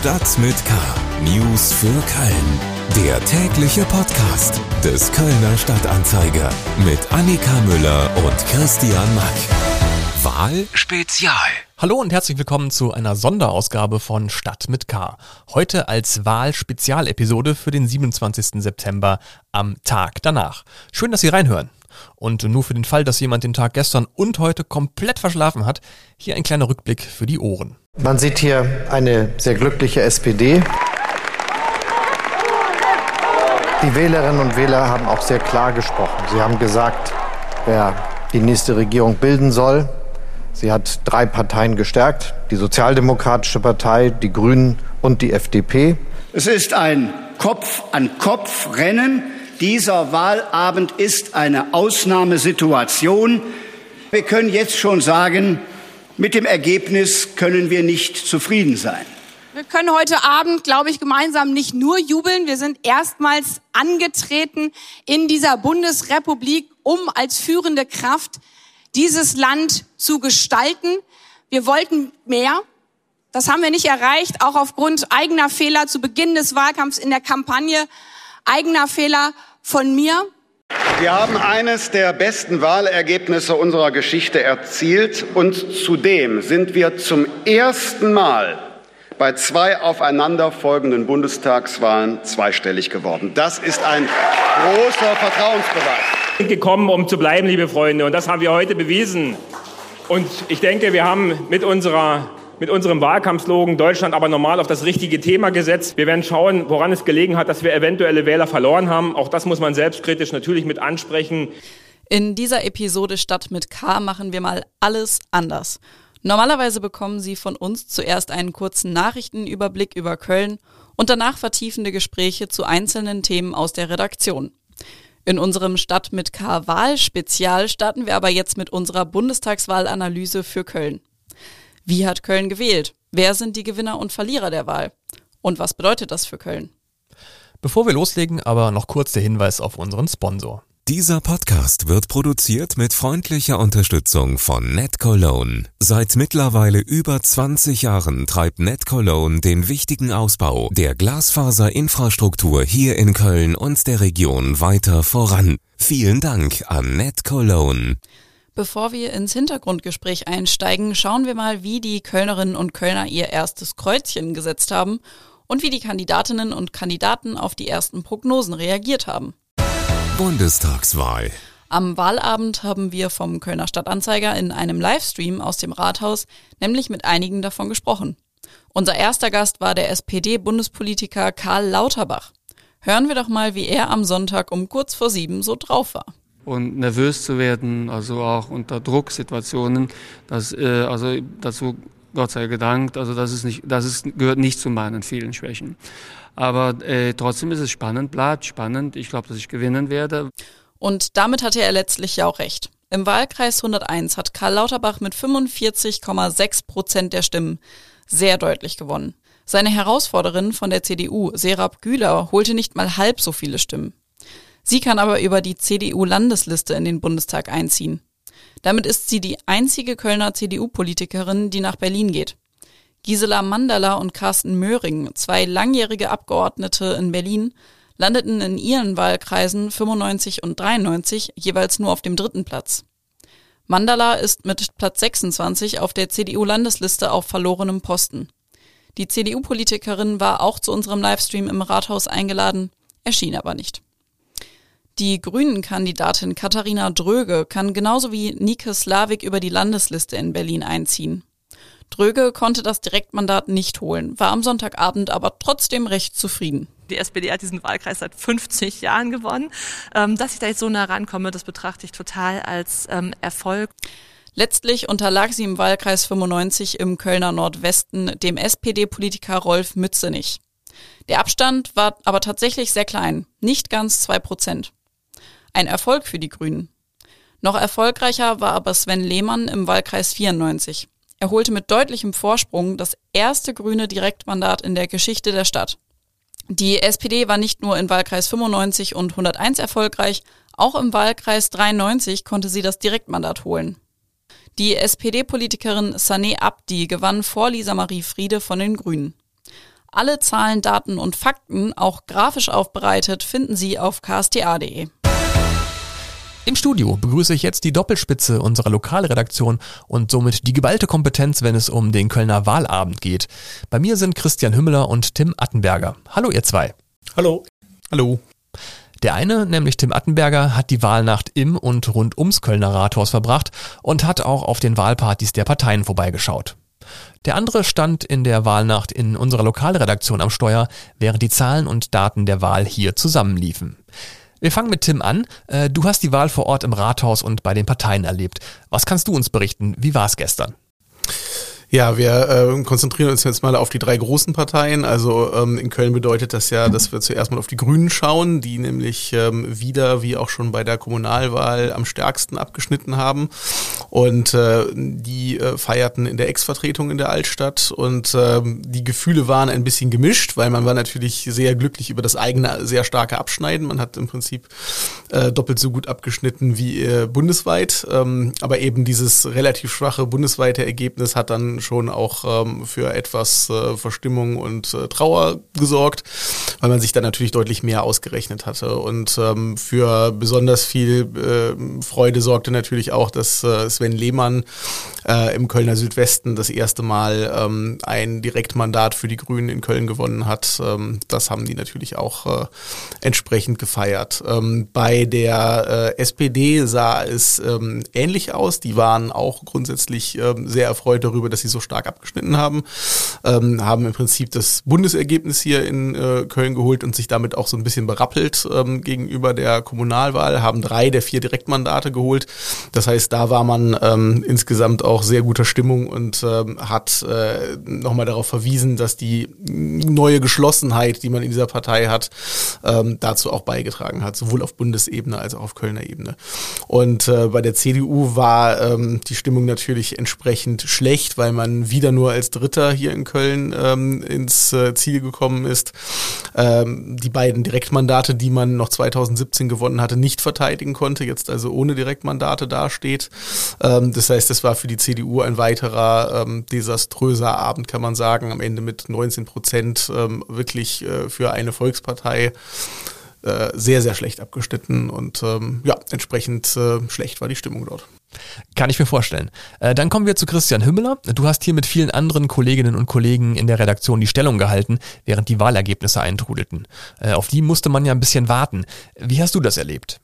Stadt mit K. News für Köln. Der tägliche Podcast des Kölner Stadtanzeiger mit Annika Müller und Christian Mack. Wahlspezial. Hallo und herzlich willkommen zu einer Sonderausgabe von Stadt mit K. Heute als Wahlspezialepisode für den 27. September am Tag danach. Schön, dass Sie reinhören. Und nur für den Fall, dass jemand den Tag gestern und heute komplett verschlafen hat, hier ein kleiner Rückblick für die Ohren. Man sieht hier eine sehr glückliche SPD. Die Wählerinnen und Wähler haben auch sehr klar gesprochen. Sie haben gesagt, wer die nächste Regierung bilden soll. Sie hat 3 Parteien gestärkt, die Sozialdemokratische Partei, die Grünen und die FDP. Es ist ein Kopf-an-Kopf-Rennen. Dieser Wahlabend ist eine Ausnahmesituation. Wir können jetzt schon sagen, mit dem Ergebnis können wir nicht zufrieden sein. Wir können heute Abend, glaube ich, gemeinsam nicht nur jubeln. Wir sind erstmals angetreten in dieser Bundesrepublik, um als führende Kraft dieses Land zu gestalten. Wir wollten mehr. Das haben wir nicht erreicht, auch aufgrund eigener Fehler zu Beginn des Wahlkampfs in der Kampagne, eigener Fehler von mir. Wir haben eines der besten Wahlergebnisse unserer Geschichte erzielt und zudem sind wir zum ersten Mal bei 2 aufeinanderfolgenden Bundestagswahlen zweistellig geworden. Das ist ein großer Vertrauensbeweis. Gekommen, um zu bleiben, liebe Freunde, und das haben wir heute bewiesen. Und ich denke, wir haben mit unserem Wahlkampfslogan Deutschland aber normal auf das richtige Thema gesetzt. Wir werden schauen, woran es gelegen hat, dass wir eventuelle Wähler verloren haben. Auch das muss man selbstkritisch natürlich mit ansprechen. In dieser Episode Stadt mit K machen wir mal alles anders. Normalerweise bekommen Sie von uns zuerst einen kurzen Nachrichtenüberblick über Köln und danach vertiefende Gespräche zu einzelnen Themen aus der Redaktion. In unserem Stadt mit K Wahlspezial starten wir aber jetzt mit unserer Bundestagswahlanalyse für Köln. Wie hat Köln gewählt? Wer sind die Gewinner und Verlierer der Wahl? Und was bedeutet das für Köln? Bevor wir loslegen, aber noch kurz der Hinweis auf unseren Sponsor. Dieser Podcast wird produziert mit freundlicher Unterstützung von NetCologne. Seit mittlerweile über 20 Jahren treibt NetCologne den wichtigen Ausbau der Glasfaserinfrastruktur hier in Köln und der Region weiter voran. Vielen Dank an NetCologne. Bevor wir ins Hintergrundgespräch einsteigen, schauen wir mal, wie die Kölnerinnen und Kölner ihr erstes Kreuzchen gesetzt haben und wie die Kandidatinnen und Kandidaten auf die ersten Prognosen reagiert haben. Bundestagswahl. Am Wahlabend haben wir vom Kölner Stadtanzeiger in einem Livestream aus dem Rathaus nämlich mit einigen davon gesprochen. Unser erster Gast war der SPD-Bundespolitiker Karl Lauterbach. Hören wir doch mal, wie er am Sonntag um kurz vor 7 so drauf war. Und nervös zu werden, also auch unter Drucksituationen, dazu Gott sei Dank, also gehört nicht zu meinen vielen Schwächen. Aber trotzdem ist es spannend, bleibt spannend. Ich glaube, dass ich gewinnen werde. Und damit hatte er letztlich ja auch recht. Im Wahlkreis 101 hat Karl Lauterbach mit 45,6% der Stimmen sehr deutlich gewonnen. Seine Herausforderin von der CDU, Serap Güler, holte nicht mal halb so viele Stimmen. Sie kann aber über die CDU-Landesliste in den Bundestag einziehen. Damit ist sie die einzige Kölner CDU-Politikerin, die nach Berlin geht. Gisela Mandala und Carsten Möhring, 2 langjährige Abgeordnete in Berlin, landeten in ihren Wahlkreisen 95 und 93 jeweils nur auf dem 3. Platz. Mandala ist mit Platz 26 auf der CDU-Landesliste auf verlorenem Posten. Die CDU-Politikerin war auch zu unserem Livestream im Rathaus eingeladen, erschien aber nicht. Die Grünen-Kandidatin Katharina Dröge kann genauso wie Nike Slavik über die Landesliste in Berlin einziehen. Dröge konnte das Direktmandat nicht holen, war am Sonntagabend aber trotzdem recht zufrieden. Die SPD hat diesen Wahlkreis seit 50 Jahren gewonnen. Dass ich da jetzt so nah rankomme, das betrachte ich total als Erfolg. Letztlich unterlag sie im Wahlkreis 95 im Kölner Nordwesten dem SPD-Politiker Rolf Mützenich. Der Abstand war aber tatsächlich sehr klein, nicht ganz 2%. Ein Erfolg für die Grünen. Noch erfolgreicher war aber Sven Lehmann im Wahlkreis 94. Er holte mit deutlichem Vorsprung das erste grüne Direktmandat in der Geschichte der Stadt. Die SPD war nicht nur in Wahlkreis 95 und 101 erfolgreich, auch im Wahlkreis 93 konnte sie das Direktmandat holen. Die SPD-Politikerin Saneh Abdi gewann vor Lisa Marie Friede von den Grünen. Alle Zahlen, Daten und Fakten, auch grafisch aufbereitet, finden Sie auf ksta.de. Im Studio begrüße ich jetzt die Doppelspitze unserer Lokalredaktion und somit die geballte Kompetenz, wenn es um den Kölner Wahlabend geht. Bei mir sind Christian Hümmeler und Tim Attenberger. Hallo ihr zwei. Hallo. Hallo. Der eine, nämlich Tim Attenberger, hat die Wahlnacht im und rund ums Kölner Rathaus verbracht und hat auch auf den Wahlpartys der Parteien vorbeigeschaut. Der andere stand in der Wahlnacht in unserer Lokalredaktion am Steuer, während die Zahlen und Daten der Wahl hier zusammenliefen. Wir fangen mit Tim an. Du hast die Wahl vor Ort im Rathaus und bei den Parteien erlebt. Was kannst du uns berichten? Wie war es gestern? Ja, wir konzentrieren uns jetzt mal auf die 3 großen Parteien. Also in Köln bedeutet das ja, dass wir zuerst mal auf die Grünen schauen, die nämlich wieder, wie auch schon bei der Kommunalwahl, am stärksten abgeschnitten haben. Und die feierten in der Ex-Vertretung in der Altstadt. Und die Gefühle waren ein bisschen gemischt, weil man war natürlich sehr glücklich über das eigene sehr starke Abschneiden. Man hat im Prinzip doppelt so gut abgeschnitten wie bundesweit. Aber eben dieses relativ schwache bundesweite Ergebnis hat dann schon auch für etwas Verstimmung und Trauer gesorgt, weil man sich dann natürlich deutlich mehr ausgerechnet hatte. Und für besonders viel Freude sorgte natürlich auch, dass Sven Lehmann im Kölner Südwesten das erste Mal ein Direktmandat für die Grünen in Köln gewonnen hat. Das haben die natürlich auch entsprechend gefeiert. Bei der SPD sah es ähnlich aus. Die waren auch grundsätzlich sehr erfreut darüber, dass sie so stark abgeschnitten haben, haben im Prinzip das Bundesergebnis hier in Köln geholt und sich damit auch so ein bisschen berappelt gegenüber der Kommunalwahl, haben 3 der 4 Direktmandate geholt. Das heißt, da war man insgesamt auch sehr guter Stimmung und hat nochmal darauf verwiesen, dass die neue Geschlossenheit, die man in dieser Partei hat, dazu auch beigetragen hat, sowohl auf Bundesebene als auch auf Kölner Ebene. Und bei der CDU war die Stimmung natürlich entsprechend schlecht, weil man wieder nur als Dritter hier in Köln ins Ziel gekommen ist. Die beiden Direktmandate, die man noch 2017 gewonnen hatte, nicht verteidigen konnte, jetzt also ohne Direktmandate dasteht. Das heißt, es war für die CDU ein weiterer desaströser Abend, kann man sagen, am Ende mit 19% wirklich für eine Volkspartei sehr, sehr schlecht abgeschnitten und entsprechend schlecht war die Stimmung dort. Kann ich mir vorstellen. Dann kommen wir zu Christian Hümmeler. Du hast hier mit vielen anderen Kolleginnen und Kollegen in der Redaktion die Stellung gehalten, während die Wahlergebnisse eintrudelten. Auf die musste man ja ein bisschen warten. Wie hast du das erlebt?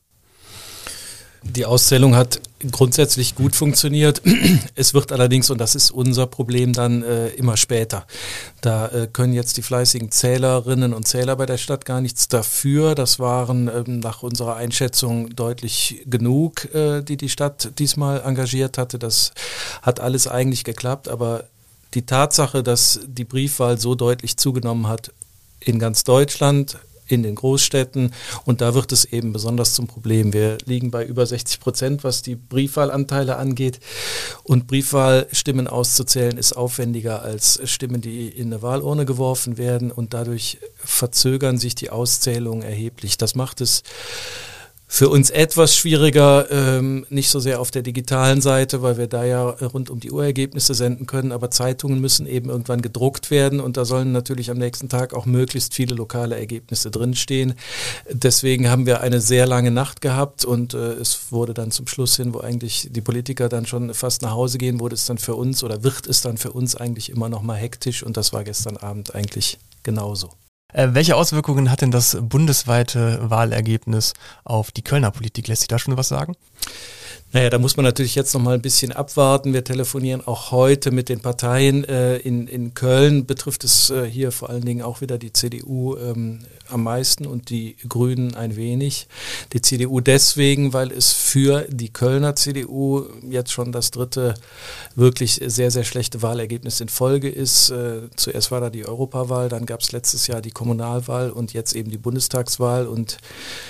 Die Auszählung hat grundsätzlich gut funktioniert. Es wird allerdings, und das ist unser Problem, dann immer später. Da können jetzt die fleißigen Zählerinnen und Zähler bei der Stadt gar nichts dafür. Das waren nach unserer Einschätzung deutlich genug, die Stadt diesmal engagiert hatte. Das hat alles eigentlich geklappt, aber die Tatsache, dass die Briefwahl so deutlich zugenommen hat in ganz Deutschland, in den Großstädten, und da wird es eben besonders zum Problem. Wir liegen bei über 60%, was die Briefwahlanteile angeht, und Briefwahlstimmen auszuzählen ist aufwendiger als Stimmen, die in eine Wahlurne geworfen werden, und dadurch verzögern sich die Auszählungen erheblich. Das macht es für uns etwas schwieriger, nicht so sehr auf der digitalen Seite, weil wir da ja rund um die Uhr Ergebnisse senden können, aber Zeitungen müssen eben irgendwann gedruckt werden, und da sollen natürlich am nächsten Tag auch möglichst viele lokale Ergebnisse drinstehen. Deswegen haben wir eine sehr lange Nacht gehabt, und es wurde dann zum Schluss hin, wo eigentlich die Politiker dann schon fast nach Hause gehen, wurde es dann für uns oder wird es dann für uns eigentlich immer noch mal hektisch, und das war gestern Abend eigentlich genauso. Welche Auswirkungen hat denn das bundesweite Wahlergebnis auf die Kölner Politik? Lässt sich da schon was sagen? Naja, da muss man natürlich jetzt noch mal ein bisschen abwarten. Wir telefonieren auch heute mit den Parteien. In Köln betrifft es hier vor allen Dingen auch wieder die CDU am meisten und die Grünen ein wenig. Die CDU deswegen, weil es für die Kölner CDU jetzt schon das 3. wirklich sehr, sehr schlechte Wahlergebnis in Folge ist. Zuerst war da die Europawahl, dann gab es letztes Jahr die Kommunalwahl und jetzt eben die Bundestagswahl, und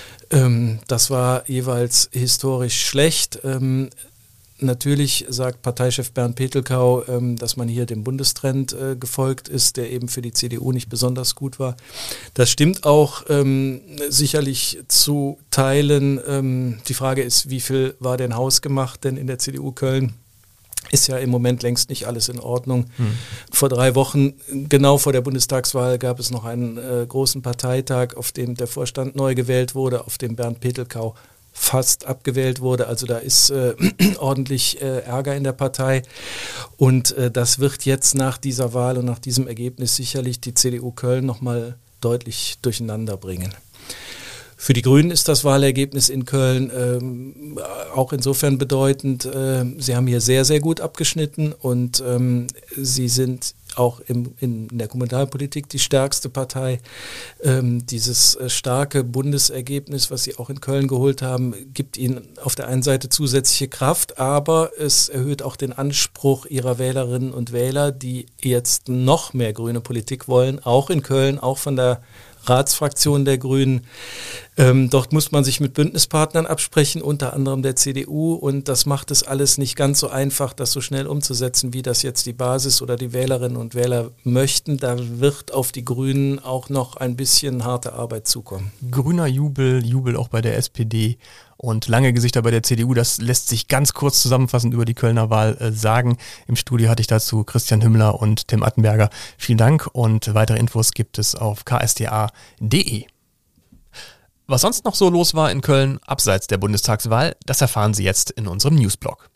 das war jeweils historisch schlecht. Natürlich sagt Parteichef Bernd Petelkau, dass man hier dem Bundestrend gefolgt ist, der eben für die CDU nicht besonders gut war. Das stimmt auch sicherlich zu Teilen. Die Frage ist, wie viel war denn hausgemacht denn in der CDU Köln? ist ja im Moment längst nicht alles in Ordnung. Vor 3 Wochen, genau vor der Bundestagswahl, gab es noch einen großen Parteitag, auf dem der Vorstand neu gewählt wurde, auf dem Bernd Petelkau fast abgewählt wurde. Also da ist ordentlich Ärger in der Partei. Und das wird jetzt nach dieser Wahl und nach diesem Ergebnis sicherlich die CDU Köln nochmal deutlich durcheinander bringen. Für die Grünen ist das Wahlergebnis in Köln auch insofern bedeutend. Sie haben hier sehr, sehr gut abgeschnitten und sie sind auch in der Kommunalpolitik die stärkste Partei. Dieses starke Bundesergebnis, was sie auch in Köln geholt haben, gibt ihnen auf der einen Seite zusätzliche Kraft, aber es erhöht auch den Anspruch ihrer Wählerinnen und Wähler, die jetzt noch mehr grüne Politik wollen, auch in Köln, auch von der Ratsfraktion der Grünen. Dort muss man sich mit Bündnispartnern absprechen, unter anderem der CDU, und das macht es alles nicht ganz so einfach, das so schnell umzusetzen, wie das jetzt die Basis oder die Wählerinnen und Wähler möchten. Da wird auf die Grünen auch noch ein bisschen harte Arbeit zukommen. Grüner Jubel auch bei der SPD und lange Gesichter bei der CDU, das lässt sich ganz kurz zusammenfassend über die Kölner Wahl sagen. Im Studio hatte ich dazu Christian Hümmler und Tim Attenberger. Vielen Dank und weitere Infos gibt es auf ksda.de. Was sonst noch so los war in Köln, abseits der Bundestagswahl, das erfahren Sie jetzt in unserem Newsblog.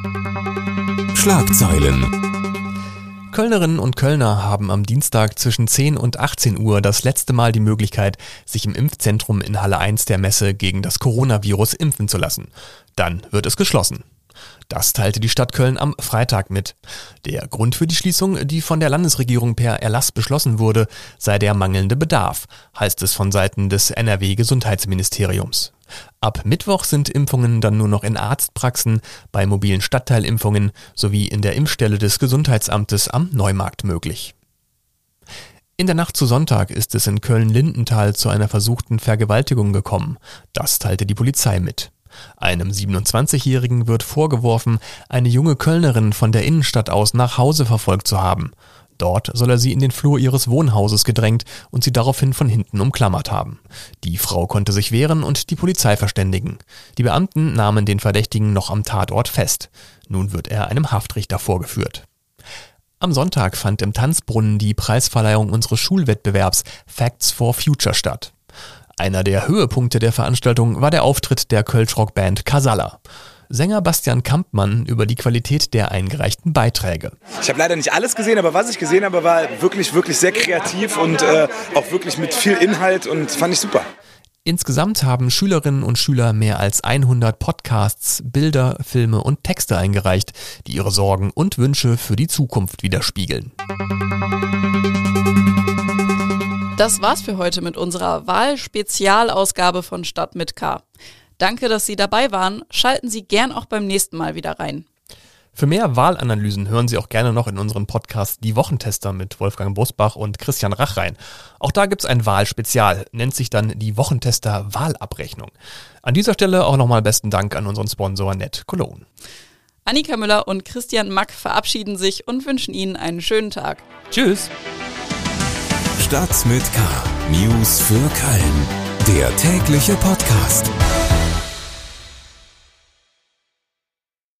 Schlagzeilen. Kölnerinnen und Kölner haben am Dienstag zwischen 10 und 18 Uhr das letzte Mal die Möglichkeit, sich im Impfzentrum in Halle 1 der Messe gegen das Coronavirus impfen zu lassen. Dann wird es geschlossen. Das teilte die Stadt Köln am Freitag mit. Der Grund für die Schließung, die von der Landesregierung per Erlass beschlossen wurde, sei der mangelnde Bedarf, heißt es von Seiten des NRW-Gesundheitsministeriums. Ab Mittwoch sind Impfungen dann nur noch in Arztpraxen, bei mobilen Stadtteilimpfungen sowie in der Impfstelle des Gesundheitsamtes am Neumarkt möglich. In der Nacht zu Sonntag ist es in Köln-Lindenthal zu einer versuchten Vergewaltigung gekommen. Das teilte die Polizei mit. Einem 27-Jährigen wird vorgeworfen, eine junge Kölnerin von der Innenstadt aus nach Hause verfolgt zu haben. Dort soll er sie in den Flur ihres Wohnhauses gedrängt und sie daraufhin von hinten umklammert haben. Die Frau konnte sich wehren und die Polizei verständigen. Die Beamten nahmen den Verdächtigen noch am Tatort fest. Nun wird er einem Haftrichter vorgeführt. Am Sonntag fand im Tanzbrunnen die Preisverleihung unseres Schulwettbewerbs Facts for Future statt. Einer der Höhepunkte der Veranstaltung war der Auftritt der Kölsch-Rockband Casalla. Sänger Bastian Kampmann über die Qualität der eingereichten Beiträge. Ich habe leider nicht alles gesehen, aber was ich gesehen habe, war wirklich, wirklich sehr kreativ und auch wirklich mit viel Inhalt und fand ich super. Insgesamt haben Schülerinnen und Schüler mehr als 100 Podcasts, Bilder, Filme und Texte eingereicht, die ihre Sorgen und Wünsche für die Zukunft widerspiegeln. Das war's für heute mit unserer Wahl-Spezialausgabe von Stadt mit K. Danke, dass Sie dabei waren. Schalten Sie gern auch beim nächsten Mal wieder rein. Für mehr Wahlanalysen hören Sie auch gerne noch in unseren Podcast Die Wochentester mit Wolfgang Bosbach und Christian Rach rein. Auch da gibt's ein Wahlspezial, nennt sich dann die Wochentester Wahlabrechnung. An dieser Stelle auch nochmal besten Dank an unseren Sponsor NetCologne. Annika Müller und Christian Mack verabschieden sich und wünschen Ihnen einen schönen Tag. Tschüss. Stadt mit K. News für Köln. Der tägliche Podcast.